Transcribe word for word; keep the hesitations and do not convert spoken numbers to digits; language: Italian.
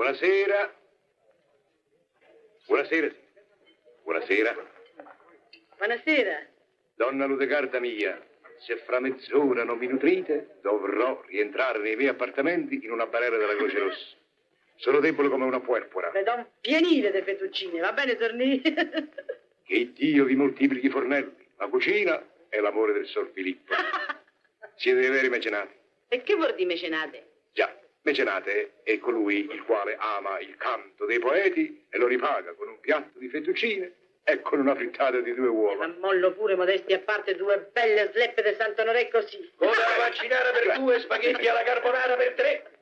Buonasera. Buonasera. Buonasera. Buonasera. Donna Ludegarda mia, se fra mezz'ora non mi nutrite, dovrò rientrare nei miei appartamenti in una barella della Croce Rossa. Sono debole come una puerpera. Le do un pienile di fettuccine, va bene, Torni? Che Dio vi moltiplichi i fornelli. La cucina è l'amore del Sor Filippo. Siete dei veri mecenati. E che vuol dire mecenate? Già, mecenate è colui il quale ama il canto dei poeti e lo ripaga con un piatto di fettuccine e con una frittata di due uova. Ma mollo pure, modesti a parte, due belle sleppe di Sant'Onore così. Coda vaccinare per due, spaghetti alla carbonara per tre.